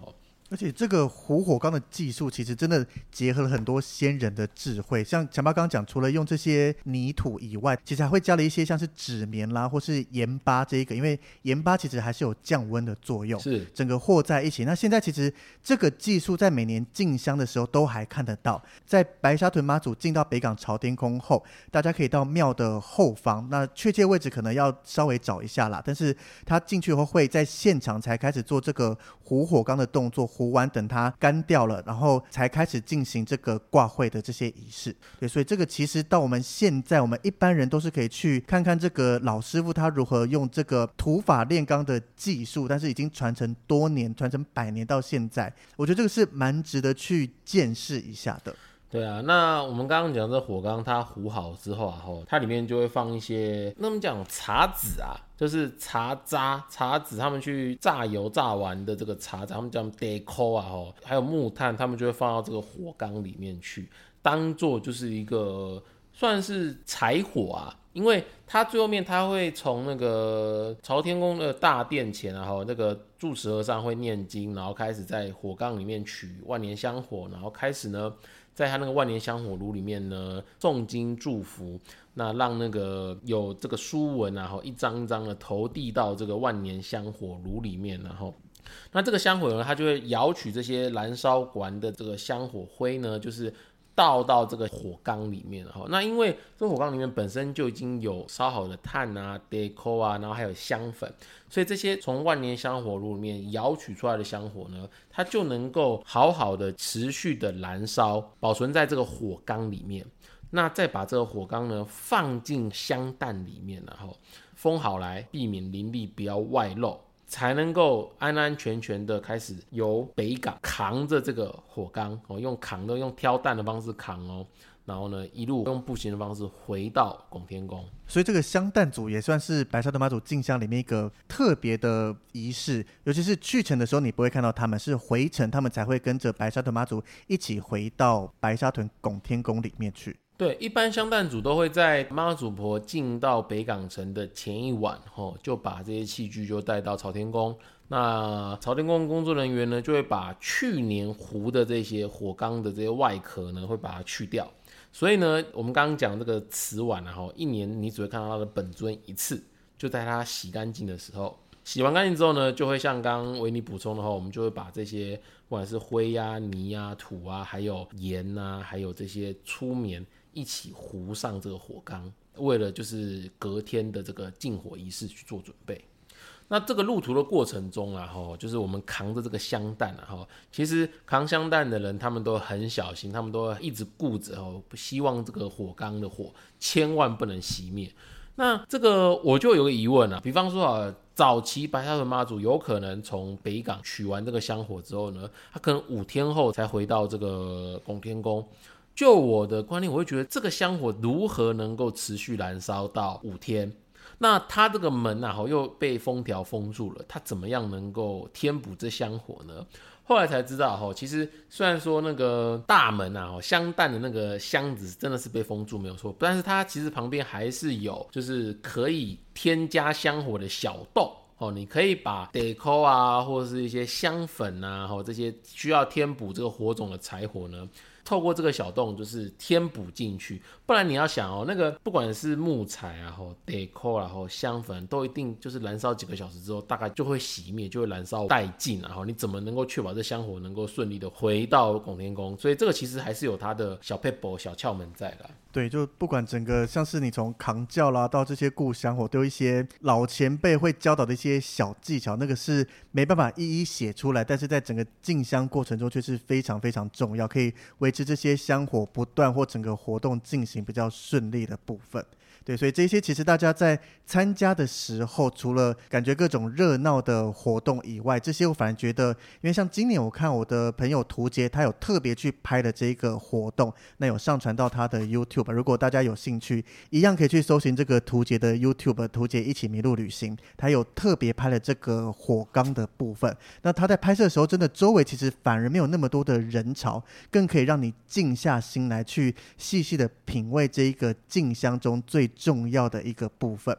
而且这个糊火缸的技术其实真的结合了很多先人的智慧，像强爸刚刚讲，除了用这些泥土以外，其实还会加了一些像是纸棉啦或是盐巴这一个，因为盐巴其实还是有降温的作用， 是整个和在一起。那现在其实这个技术在每年进香的时候都还看得到，在白沙屯妈祖进到北港朝天宫后，大家可以到庙的后方，那确切位置可能要稍微找一下啦，但是他进去后会在现场才开始做这个糊火缸的动作，糊完等它干掉了，然后才开始进行这个挂会的这些仪式。对，所以这个其实到我们现在，我们一般人都是可以去看看这个老师傅他如何用这个土法炼钢的技术，但是已经传承多年，传承100年到现在，我觉得这个是蛮值得去见识一下的。 对啊，那我们刚刚讲这火缸它糊好之后啊，它里面就会放一些，那我们讲茶籽啊，就是茶渣、茶籽，他们去榨油榨完的这个茶籽，他们叫 deco 啊，还有木炭，他们就会放到这个火缸里面去，当做就是一个算是柴火啊。因为它最后面它会从那个朝天宫的大殿前啊，那个住持和尚会念经，然后开始在火缸里面取万年香火，然后开始呢在他那个万年香火炉里面呢诵经祝福，那让那个有这个书文啊，一张一张的投递到这个万年香火炉里面，然后那这个香火呢，它就会舀取这些燃烧完的这个香火灰呢，就是倒到这个火缸里面，那因为这个火缸里面本身就已经有烧好的炭啊、deco 啊，然后还有香粉，所以这些从万年香火炉里面舀取出来的香火呢，它就能够好好的持续的燃烧，保存在这个火缸里面。那再把这个火缸呢放进香担里面，然后封好来，避免灵力不要外漏，才能够安安全全的开始由北港扛着这个火缸，用扛的，用挑担的方式扛哦，然后呢一路用步行的方式回到拱天宫。 所以这个香担组也算是白沙屯妈祖进香里面一个特别的仪式，尤其是去程的时候你不会看到他们，是回程他们才会跟着白沙屯妈祖一起回到白沙屯拱天宫里面去。 对，一般香担组都会在妈祖婆进到北港城的前一晚，就把这些器具就带到朝天宫。那朝天宫工作人员呢，就会把去年糊的这些火缸的这些外壳呢，会把它去掉。所以呢，我们刚刚讲这个瓷碗啊，一年你只会看到它的本尊一次，就在它洗干净的时候。洗完干净之后呢，就会像刚刚维尼补充的话，我们就会把这些不管是灰啊、泥啊、土啊，还有盐啊，还有这些粗棉一起糊上这个火缸，为了就是隔天的这个进火仪式去做准备。那这个路途的过程中啊，就是我们扛着这个香担啊，其实扛香担的人他们都很小心，他们都一直顾着不希望这个火缸的火千万不能熄灭。那这个我就有个疑问啊，比方说早期白沙屯妈祖有可能从北港取完这个香火之后呢，他可能5天后才回到这个拱天宫。就我的观念，我会觉得这个香火如何能够持续燃烧到5天？那它这个门啊又被封条封住了，它怎么样能够填补这香火呢？后来才知道其实虽然说那个大门啊香担的那个箱子真的是被封住没有错，但是它其实旁边还是有就是可以添加香火的小洞。你可以把 deco 啊或者是一些香粉啊这些需要填补这个火种的柴火呢，透过这个小洞就是填补进去。不然你要想那个不管是木材啊 deco 啊香粉都一定就是燃烧几个小时之后大概就会熄灭，就会燃烧殆尽啊，你怎么能够确保这香火能够顺利的回到拱天宫？所以这个其实还是有它的小撇步小窍门在的。 对，就不管整个像是你从扛轿啦到这些顾香火，都有一些老前辈会教导的一些小技巧，那个是没办法一一写出来，但是在整个进香过程中却是非常非常重要，可以维持这些香火不断或整个活动进行比较顺利的部分。对，所以这些其实大家在参加的时候，除了感觉各种热闹的活动以外，这些我反而觉得，因为像今年我看我的朋友涂杰，他有特别去拍的这个活动，那有上传到他的 YouTube， 如果大家有兴趣，一样可以去搜寻这个涂杰的 YouTube， 涂杰一起迷路旅行，他有特别拍了这个火缸的部分。那他在拍摄的时候，真的周围其实反而没有那么多的人潮，更可以让你静下心来去细细的品味这一个进香中最重要的一个部分。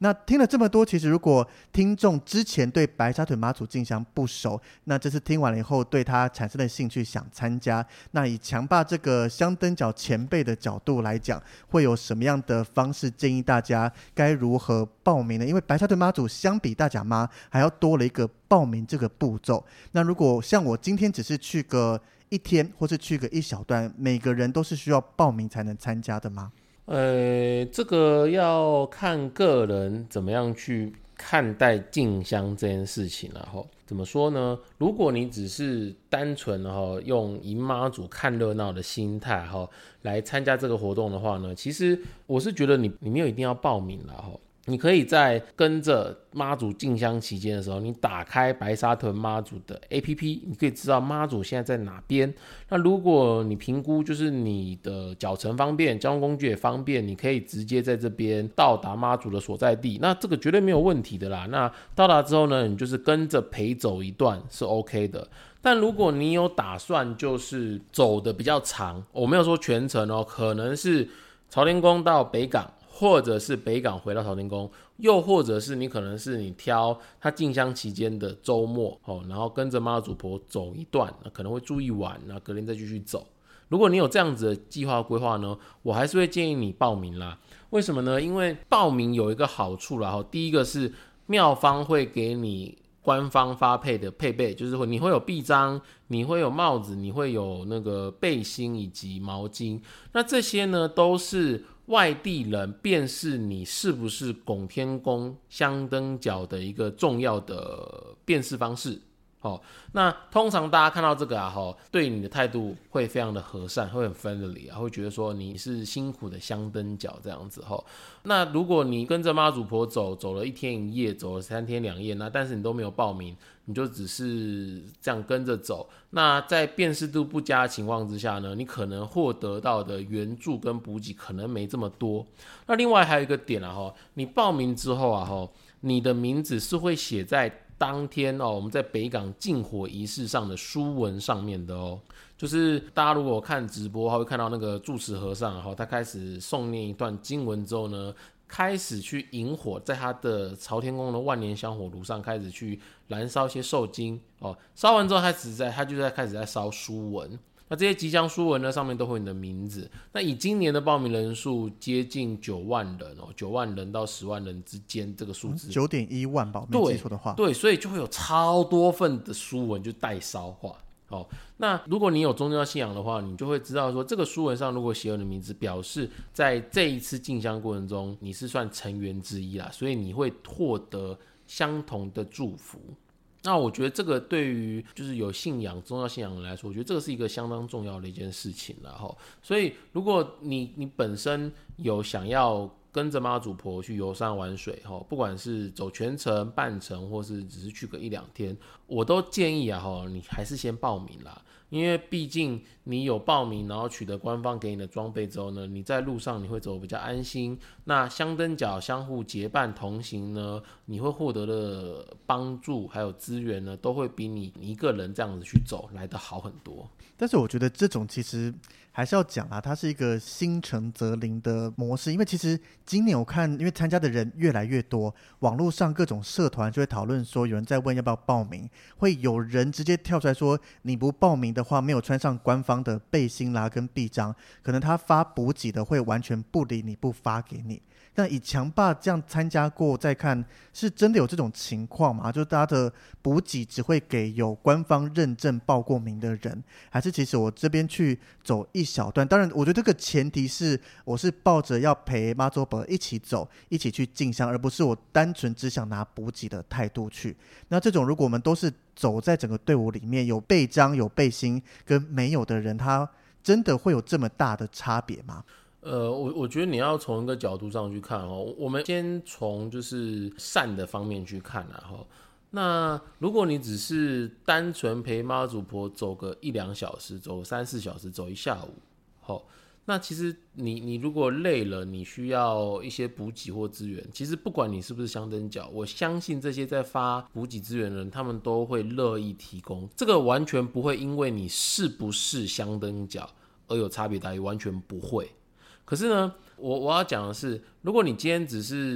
那听了这么多，其实如果听众之前对白沙屯妈祖进香不熟，那这次听完了以后对他产生了兴趣想参加，那以强爸这个香灯脚前辈的角度来讲，会有什么样的方式建议大家该如何报名呢？因为白沙屯妈祖相比大甲妈还要多了一个报名这个步骤。那如果像我今天只是去个一天或是去个一小段，每个人都是需要报名才能参加的吗？ 这个要看个人怎么样去看待进香这件事情啦。怎么说呢？如果你只是单纯用迎妈祖看热闹的心态来参加这个活动的话呢，其实我是觉得你没有一定要报名啦。你可以在跟着妈祖进香期间的时候，你打开白沙屯妈祖的 APP， 你可以知道妈祖现在在哪边。那如果你评估就是你的脚程方便，交通工具也方便，你可以直接在这边到达妈祖的所在地，那这个绝对没有问题的啦。那到达之后呢，你就是跟着陪走一段是 OK 的。但如果你有打算就是走的比较长，我没有说全程可能是朝天宫到北港，或者是北港回到朝天宫，又或者是你可能是你挑他进香期间的周末然后跟着妈祖婆走一段，可能会住一晚，那隔天再继续走。如果你有这样子的计划规划呢，我还是会建议你报名啦。为什么呢？因为报名有一个好处啦，第一个是庙方会给你官方发配的配备，就是你会有臂章，你会有帽子，你会有那个背心以及毛巾，那这些呢都是外地人辨识你是不是拱天宫香灯脚的一个重要的辨识方式。那通常大家看到这个对你的态度会非常的和善，会很 friendly 会觉得说你是辛苦的香灯脚这样子。那如果你跟着妈祖婆走了1天1夜，走了3天2夜，那但是你都没有报名，你就只是这样跟着走，那在辨识度不佳的情况之下呢，你可能获得到的援助跟补给可能没这么多。那另外还有一个点你报名之后你的名字是会写在当天我们在北港禁火仪式上的书文上面的就是大家如果看直播会看到那个住持和尚他开始诵念一段经文之后呢，开始去引火，在他的朝天宫的万年香火炉上开始去燃烧一些寿经烧完之后他就开始在烧书文。那这些吉祥书文呢，上面都会有你的名字。那以今年的报名人数接近9万人9万人到10万人之间这个数字 9.1万吧，没记错的话。 对，所以就会有超多份的书文就代烧化。那如果你有宗教信仰的话，你就会知道说这个书文上如果写有你的名字，表示在这一次进香过程中你是算成员之一啦，所以你会获得相同的祝福。那我觉得这个对于就是有信仰宗教信仰的人来说，我觉得这个是一个相当重要的一件事情啦。所以如果你本身有想要跟着妈祖婆去游山玩水不管是走全程半程或是只是去个1-2天，我都建议你还是先报名啦。因为毕竟你有报名，然后取得官方给你的装备之后呢，你在路上你会走得比较安心。那香灯脚相互结伴同行呢，你会获得的帮助还有资源呢，都会比你一个人这样子去走来得好很多。 但是我觉得这种其实还是要讲啦，它是一个心诚则灵的模式。因为其实今年我看，因为参加的人越来越多，网络上各种社团就会讨论说，有人在问要不要报名，会有人直接跳出来说，你不报名的话，没有穿上官方的背心啦跟臂章，可能他发补给的会完全不理你，不发给你。那以强爸这样参加过再看，是真的有这种情况吗？就是大家的补给只会给有官方认证报过名的人，还是其实我这边去走一小段？当然我觉得这个前提是我是抱着要陪妈祖婆一起走一起去进香，而不是我单纯只想拿补给的态度去。那这种如果我们都是走在整个队伍里面，有背章有背心跟没有的人，他真的会有这么大的差别吗？ 我觉得你要从一个角度上去看我们先从就是善的方面去看那如果你只是单纯陪妈祖婆走个1-2小时，走3-4小时，走一下午那其实你如果累了，你需要一些补给或资源，其实不管你是不是香灯脚，我相信这些在发补给资源的人，他们都会乐意提供，这个完全不会因为你是不是香灯脚而有差别待遇，完全不会。可是呢，我要讲的是，如果你今天只是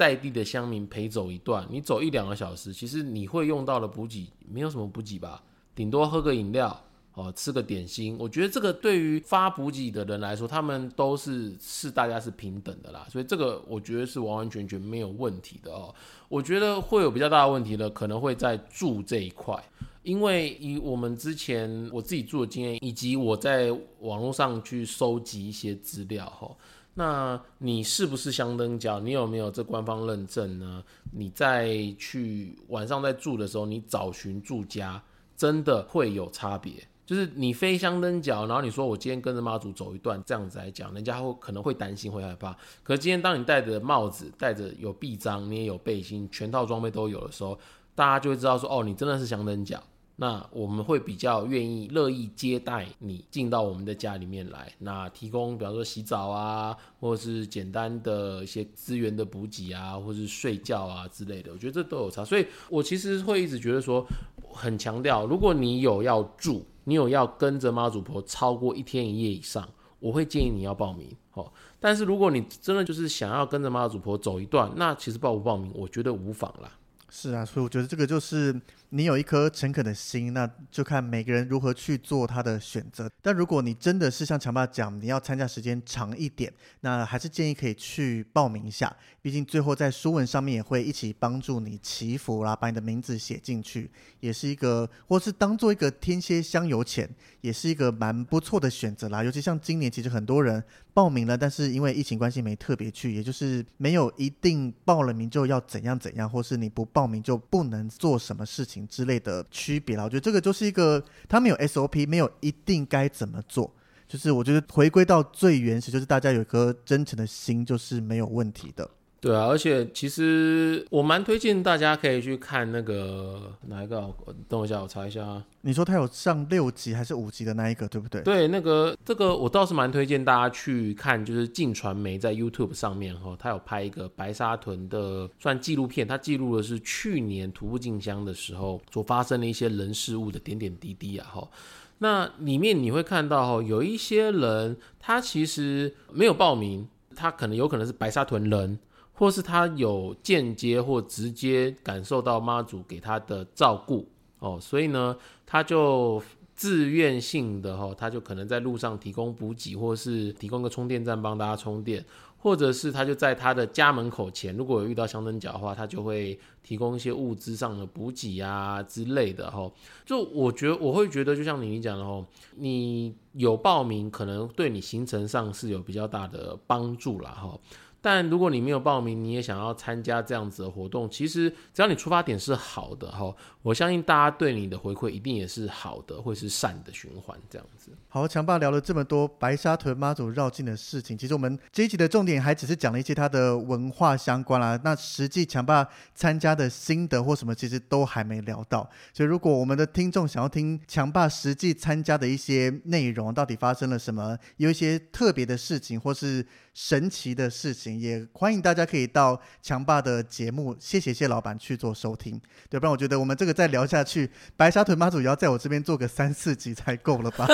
在地的乡民陪走一段，你走1-2个小时，其实你会用到的补给没有什么补给吧，顶多喝个饮料吃个点心。我觉得这个对于发补给的人来说，他们都是大家是平等的啦，所以这个我觉得是完完全全没有问题的我觉得会有比较大的问题的，可能会在住这一块。因为以我们之前我自己住的经验，以及我在网络上去收集一些资料那你是不是香灯脚？你有没有这官方认证呢？你在去晚上在住的时候，你找寻住家真的会有差别。就是你非香灯脚，然后你说我今天跟着妈祖走一段，这样子来讲，人家可能会担心会害怕。可是今天当你戴着帽子，戴着有臂章，你也有背心，全套装备都有的时候，大家就会知道说你真的是香灯脚。那我们会比较愿意乐意接待你进到我们的家里面来，那提供比方说洗澡啊，或者是简单的一些资源的补给啊，或者是睡觉啊之类的，我觉得这都有差。所以我其实会一直觉得说，很强调，如果你有要住，你有要跟着妈祖婆超过1天1夜以上，我会建议你要报名但是如果你真的就是想要跟着妈祖婆走一段，那其实报不报名我觉得无妨啦。 是啊，所以我觉得这个就是你有一颗诚恳的心，那就看每个人如何去做他的选择。但如果你真的是像强爸讲，你要参加时间长一点，那还是建议可以去报名一下，毕竟最后在书文上面也会一起帮助你祈福啦，把你的名字写进去，也是一个，或是当做一个添些香油钱，也是一个蛮不错的选择啦。尤其像今年其实很多人报名了，但是因为疫情关系没特别去，也就是没有一定报了名就要怎样怎样，或是你不报名就不能做什么事情之类的区别啦。我觉得这个就是一个他没有 SOP， 没有一定该怎么做，就是我觉得回归到最原始，就是大家有一颗真诚的心，就是没有问题的。 对啊，而且其实我蛮推荐大家可以去看那个哪一个，等我一下我查一下啊。 你说他有上6集还是5集的那一个对不对？ 对，这个我倒是蛮推荐大家去看，就是镜传媒在 YouTube 上面他有拍一个白沙屯的算纪录片，他记录的是去年徒步进香的时候所发生的一些人事物的点点滴滴啊那里面你会看到有一些人他其实没有报名，他有可能是白沙屯人，或是他有间接或直接感受到妈祖给他的照顾所以呢他就自愿性的他就可能在路上提供补给，或是提供个充电站帮大家充电，或者是他就在他的家门口前，如果有遇到香灯脚的话，他就会提供一些物资上的补给啊之类的就我会觉得就像你讲的你有报名可能对你行程上是有比较大的帮助啦但如果你没有报名，你也想要参加这样子的活动，其实只要你出发点是好的我相信大家对你的回馈一定也是好的，会是善的循环这样子。 好，强爸聊了这么多白沙屯妈祖绕境的事情，其实我们这一集的重点还只是讲了一些它的文化相关啦，那实际强爸参加的心得或什么其实都还没聊到，所以如果我们的听众想要听强爸实际参加的一些内容，到底发生了什么，有一些特别的事情或是神奇的事情，也欢迎大家可以到强爸的节目谢谢老板去做收听，对，不然我觉得我们这个再聊下去，白沙屯妈祖也要在我这边做个3-4集才够了吧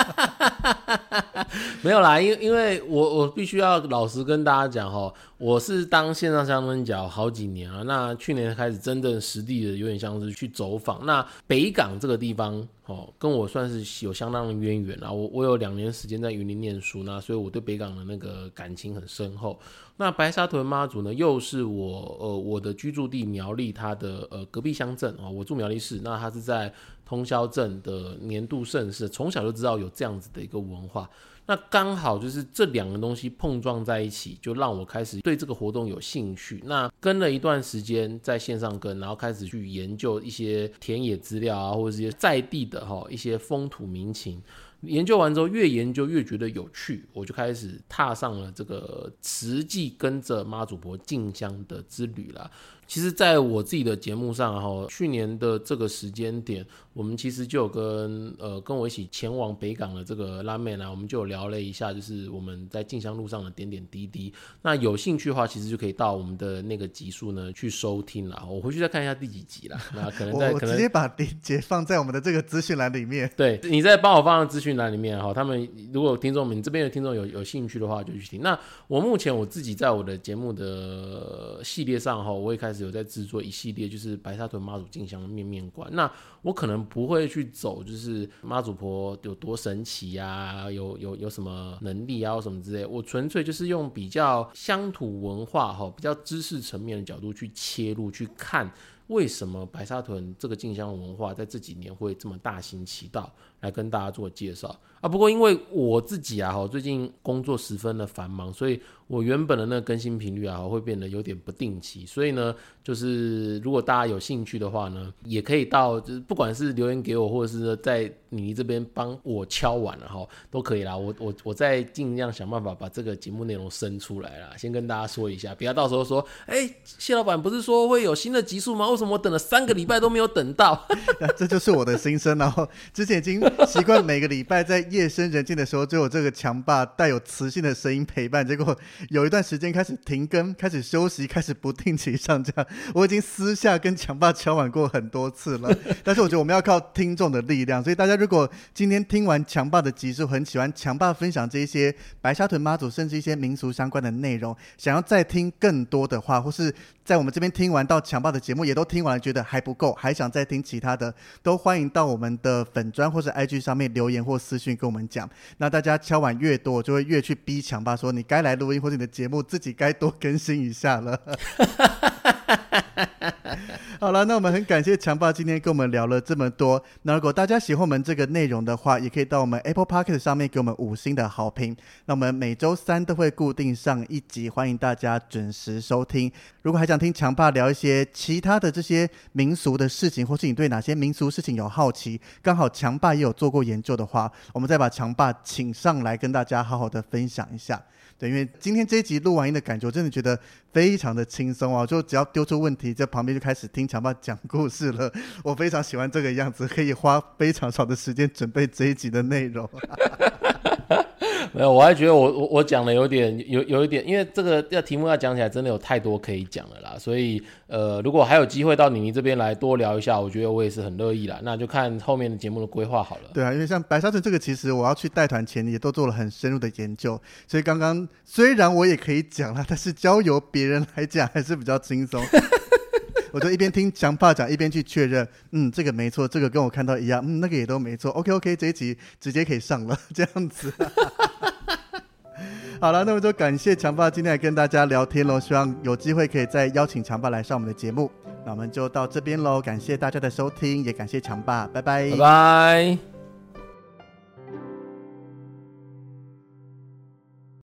没有啦，因为我必须要老实跟大家讲我是当线上香灯脚好几年啊，那去年开始真正实地的有点像是去走访，那北港这个地方跟我算是有相当的渊源啦，我有2年时间在云林念书，那所以我对北港的那个感情很深厚。那白沙屯妈祖呢，又是我的居住地苗栗它的隔壁乡镇我住苗栗市，那它是在通霄镇的年度盛事，从小就知道有这样子的一个文化。那刚好就是这2个东西碰撞在一起，就让我开始对这个活动有兴趣。那跟了一段时间在线上跟，然后开始去研究一些田野资料啊，或者是一些在地的一些风土民情。研究完之后，越研究越觉得有趣，我就开始踏上了这个实际跟着妈祖婆进香的之旅啦。其实在我自己的节目上去年的这个时间点，我们其实就有跟我一起前往北港的这个拉妹我们就有聊了一下，就是我们在进香路上的点点滴滴。那有兴趣的话，其实就可以到我们的那个集数呢去收听啦。我回去再看一下第几集啦。那可能我直接把链接放在我们的这个资讯栏里面。 对，你再帮我放在资讯讯栏里面他们如果有听众们这边的听众有兴趣的话就去听。那我目前我自己在我的节目的系列上我也开始有在制作一系列就是白沙屯妈祖进香的面面观。那我可能不会去走就是妈祖婆有多神奇啊，有什么能力啊或什么之类，我纯粹就是用比较乡土文化比较知识层面的角度去切入去看为什么白沙屯这个进香文化在这几年会这么大行其道，来跟大家做介绍啊。不过因为我自己最近工作十分的繁忙，所以我原本的那个更新频率会变得有点不定期，所以呢就是如果大家有兴趣的话呢，也可以到就是不管是留言给我，或者是在你这边帮我敲碗都可以啦。我再尽量想办法把这个节目内容生出来啦，先跟大家说一下，不要到时候说谢老板不是说会有新的集数吗？为什么我等了3个礼拜都没有等到？ 这就是我的心声。然后之前已经习惯每个礼拜在夜深人静的时候就有这个强爸带有磁性的声音陪伴，结果有一段时间开始停更，开始休息，开始不定期上架。我已经私下跟强爸敲碗过很多次了，但是我觉得我们要靠听众的力量，所以大家如果今天听完强爸的集数，很喜欢强爸分享这一些白沙屯妈祖甚至一些民俗相关的内容，想要再听更多的话，或是在我们这边听完到强爸的节目也都听完了觉得还不够，还想再听其他的，都欢迎到我们的粉专或是 IG 上面留言或私讯跟我们讲。那大家敲碗越多，我就会越去逼强爸说你该来录音，或者你的节目自己该多更新一下了。好了，那我们很感谢强爸今天跟我们聊了这么多。那如果大家喜欢我们这个内容的话，也可以到我们 Apple Podcast 上面给我们5星的好评。那我们每周3都会固定上一集，欢迎大家准时收听。如果还想听强爸聊一些其他的这些民俗的事情，或是你对哪些民俗事情有好奇，刚好强爸也有做过研究的话，我们再把强爸请上来跟大家好好的分享一下。对，因为今天这一集录完音的感觉，我真的觉得非常的轻松就只要丢出问题，在旁边就开始听强爸讲故事了。我非常喜欢这个样子，可以花非常少的时间准备这一集的内容。 没有，我还觉得我讲的有一点，因为这个题目要讲起来真的有太多可以讲了啦，所以如果还有机会到你这边来多聊一下，我觉得我也是很乐意啦。那就看后面的节目的规划好了。 对啊，因为像白沙屯这个，其实我要去带团前也都做了很深入的研究，所以刚刚虽然我也可以讲啦，但是交由别人来讲还是比较轻松。我就一边听强爸讲，一边去确认，这个没错，这个跟我看到一样，那个也都没错。OK， 这一集直接可以上了，这样子。好了，那么就感谢强爸今天来跟大家聊天咯，希望有机会可以再邀请强爸来上我们的节目。那我们就到这边咯，感谢大家的收听，也感谢强爸，拜拜， 拜拜。